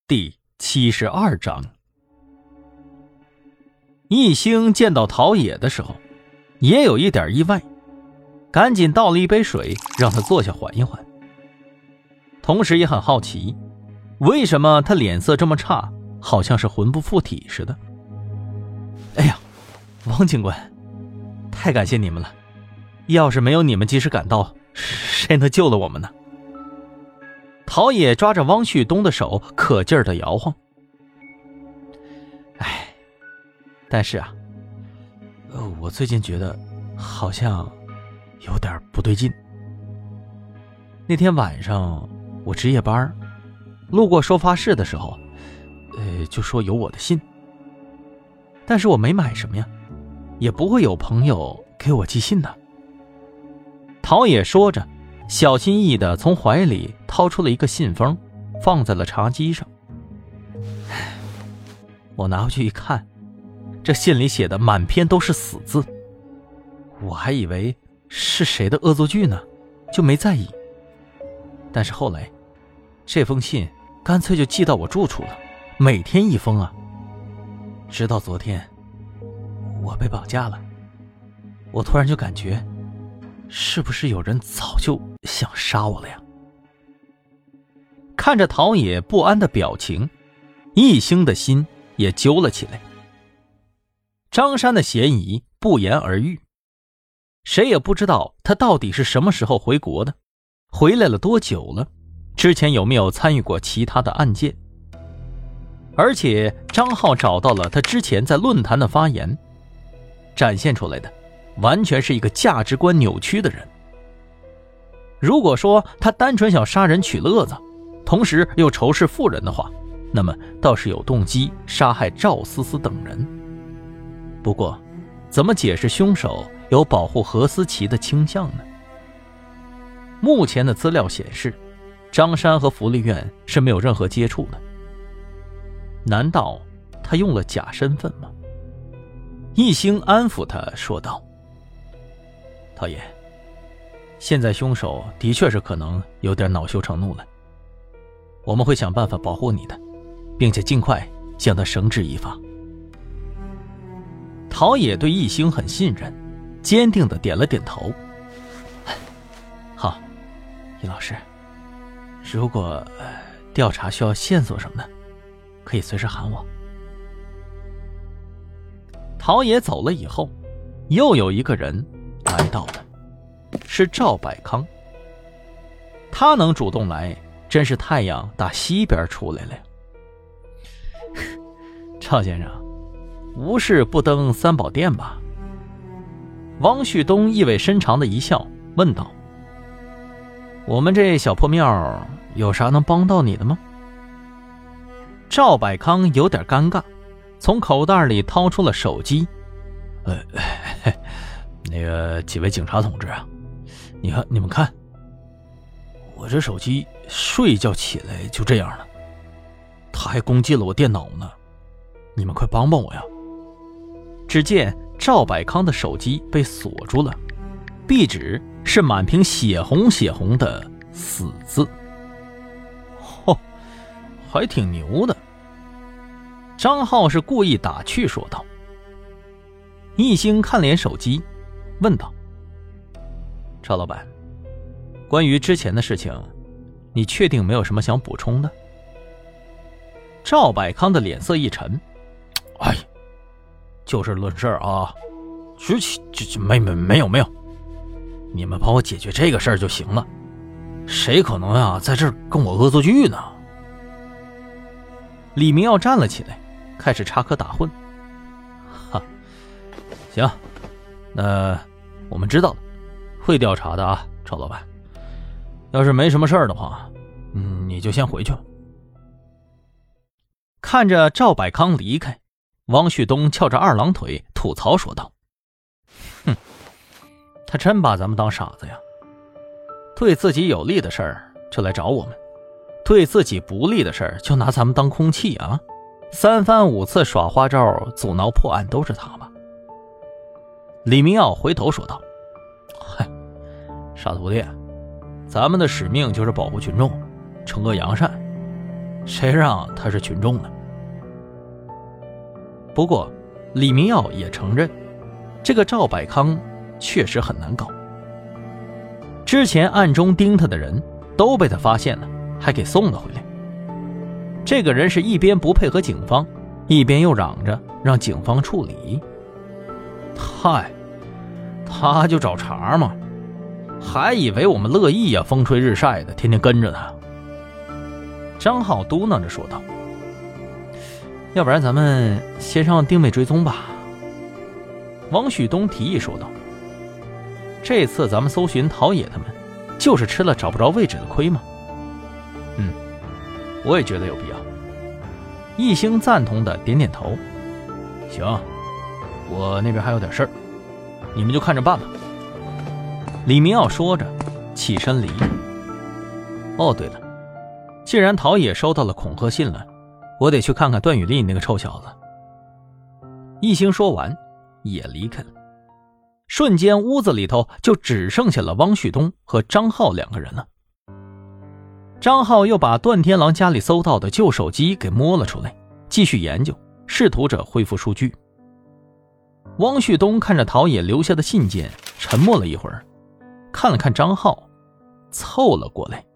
第72章。一兴见到陶冶的时候也有一点意外，赶紧倒了一杯水让他坐下缓一缓，同时也很好奇为什么他脸色这么差，好像是魂不附体似的。哎呀，王警官，太感谢你们了，要是没有你们及时赶到，谁能救了我们呢？陶冶抓着汪旭东的手可劲儿地摇晃。哎，但是啊，我最近觉得好像有点不对劲。那天晚上我值夜班，路过收发室的时候，就说有我的信，但是我没买什么呀，也不会有朋友给我寄信的。陶冶说着，小心翼翼地从怀里掏出了一个信封，放在了茶几上。我拿回去一看，这信里写的满篇都是死字，我还以为是谁的恶作剧呢，就没在意。但是后来这封信干脆就寄到我住处了，每天一封啊。直到昨天我被绑架了，我突然就感觉是不是有人早就想杀我了呀？看着陶冶不安的表情，一兴的心也揪了起来。张山的嫌疑不言而喻，谁也不知道他到底是什么时候回国的，回来了多久了，之前有没有参与过其他的案件。而且张浩找到了他之前在论坛的发言，展现出来的完全是一个价值观扭曲的人。如果说他单纯想杀人取乐子，同时又仇视富人的话，那么倒是有动机杀害赵思思等人。不过怎么解释凶手有保护何思琪的倾向呢？目前的资料显示，张山和福利院是没有任何接触的。难道他用了假身份吗？一兴安抚他说道：陶冶，现在凶手的确是可能有点恼羞成怒了，我们会想办法保护你的，并且尽快将他绳之以法。陶冶对一兴很信任，坚定地点了点头。好，易老师，如果调查需要线索什么的，可以随时喊我。陶冶走了以后，又有一个人来到了，是赵百康。他能主动来，真是太阳打西边出来了呀。赵先生，无事不登三宝殿吧？汪旭东意味深长的一笑，问道：我们这小破庙有啥能帮到你的吗？赵百康有点尴尬，从口袋里掏出了手机。那个几位警察同志啊，你们看，我这手机睡觉起来就这样了，他还攻击了我电脑呢，你们快帮帮我呀！只见赵百康的手机被锁住了，壁纸是满屏血红的死字。还挺牛的。张浩是故意打趣说道。一兴看了眼手机，问道：赵老板，关于之前的事情，你确定没有什么想补充的？赵百康的脸色一沉，哎，就事论事啊，之前没有，你们帮我解决这个事儿就行了，谁可能啊在这儿跟我恶作剧呢？李明耀站了起来，开始插科打诨。行，那我们知道了，会调查的啊，赵老板。要是没什么事儿的话，你就先回去。看着赵百康离开，汪旭东翘着二郎腿吐槽说道：哼，他真把咱们当傻子呀，对自己有利的事儿就来找我们，对自己不利的事儿就拿咱们当空气啊！三番五次耍花招阻挠破案都是他吧？李明耀回头说道：嗨，傻徒弟，咱们的使命就是保护群众，惩恶扬善， 谁让他是群众呢？不过李明耀也承认，这个赵百康确实很难搞。之前暗中盯他的人都被他发现了，还给送了回来。这个人是一边不配合警方，一边又嚷着让警方处理。嗨，他就找茬嘛，还以为我们乐意呀，风吹日晒的，天天跟着他。张浩嘟囔着说道：要不然咱们先上定位追踪吧。王旭东提议说道：这次咱们搜寻陶冶他们，就是吃了找不着位置的亏吗？我也觉得有必要。一兴赞同的点点头。行，我那边还有点事儿，你们就看着办吧。李明耀说着起身离开。哦，对了，既然陶冶收到了恐吓信了，我得去看看段雨丽那个臭小子。一兴说完也离开了。瞬间屋子里头就只剩下了汪旭东和张浩两个人了。张浩又把段天狼家里搜到的旧手机给摸了出来，继续研究，试图着恢复数据。汪旭东看着陶冶留下的信件，沉默了一会儿，看了看张浩，凑了过来。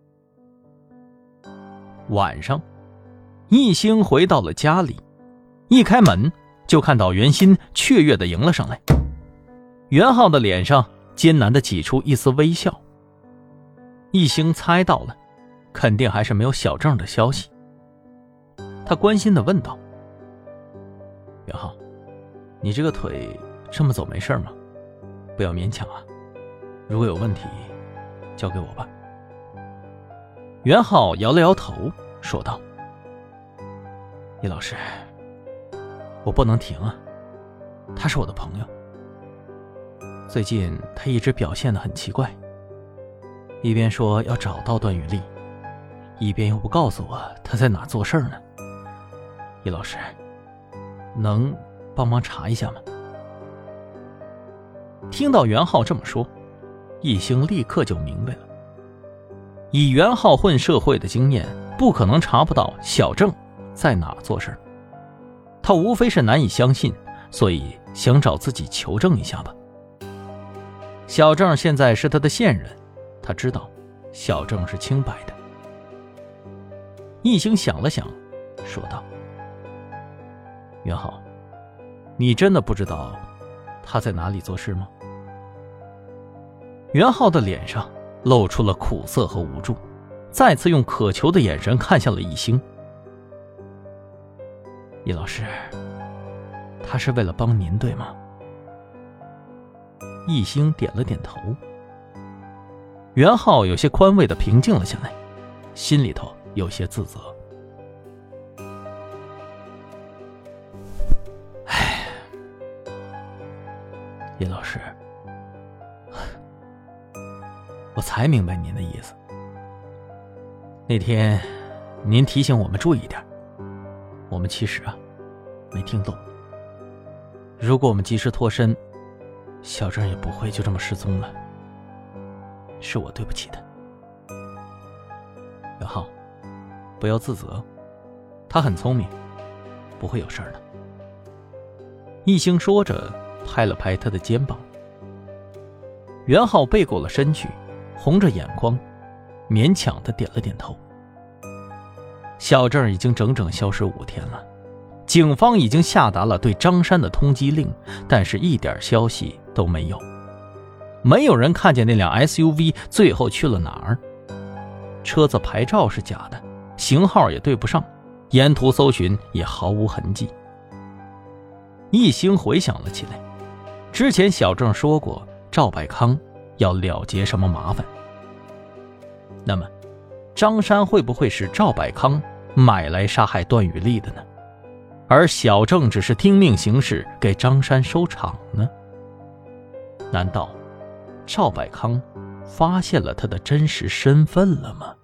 晚上，一兴回到了家里，一开门就看到袁鑫雀跃地迎了上来。袁浩的脸上艰难地挤出一丝微笑。一兴猜到了，肯定还是没有小郑的消息。他关心地问道：袁浩，你这个腿这么走没事吗？不要勉强啊，如果有问题交给我吧。袁浩摇了摇头说道：叶老师，我不能停啊，他是我的朋友，最近他一直表现得很奇怪，一边说要找到段雨丽，一边又不告诉我他在哪做事呢。叶老师，能帮忙查一下吗？听到袁浩这么说，一兴立刻就明白了。以袁浩混社会的经验，不可能查不到小郑在哪做事。他无非是难以相信，所以想找自己求证一下吧。小郑现在是他的线人，他知道小郑是清白的。一兴想了想说道：袁浩，你真的不知道他在哪里做事吗？袁浩的脸上露出了苦涩和无助，再次用渴求的眼神看向了一兴。叶老师，他是为了帮您对吗？一兴点了点头。袁浩有些宽慰地平静了下来，心里头有些自责。叶老师，我才明白您的意思。那天您提醒我们注意点，我们其实没听懂。如果我们及时脱身，小郑也不会就这么失踪了。是我对不起他。袁浩，不要自责，他很聪明，不会有事的。一兴说着拍了拍他的肩膀。袁浩背过了身去，红着眼眶，勉强地点了点头。小郑已经整整消失5天了，警方已经下达了对张山的通缉令，但是一点消息都没有。没有人看见那辆 SUV 最后去了哪儿。车子牌照是假的，型号也对不上，沿途搜寻也毫无痕迹。一兴回想了起来，之前小郑说过赵百康要了结什么麻烦。那么张山会不会是赵百康买来杀害段雨丽的呢？而小郑只是听命行事，给张山收场呢？难道赵百康发现了他的真实身份了吗？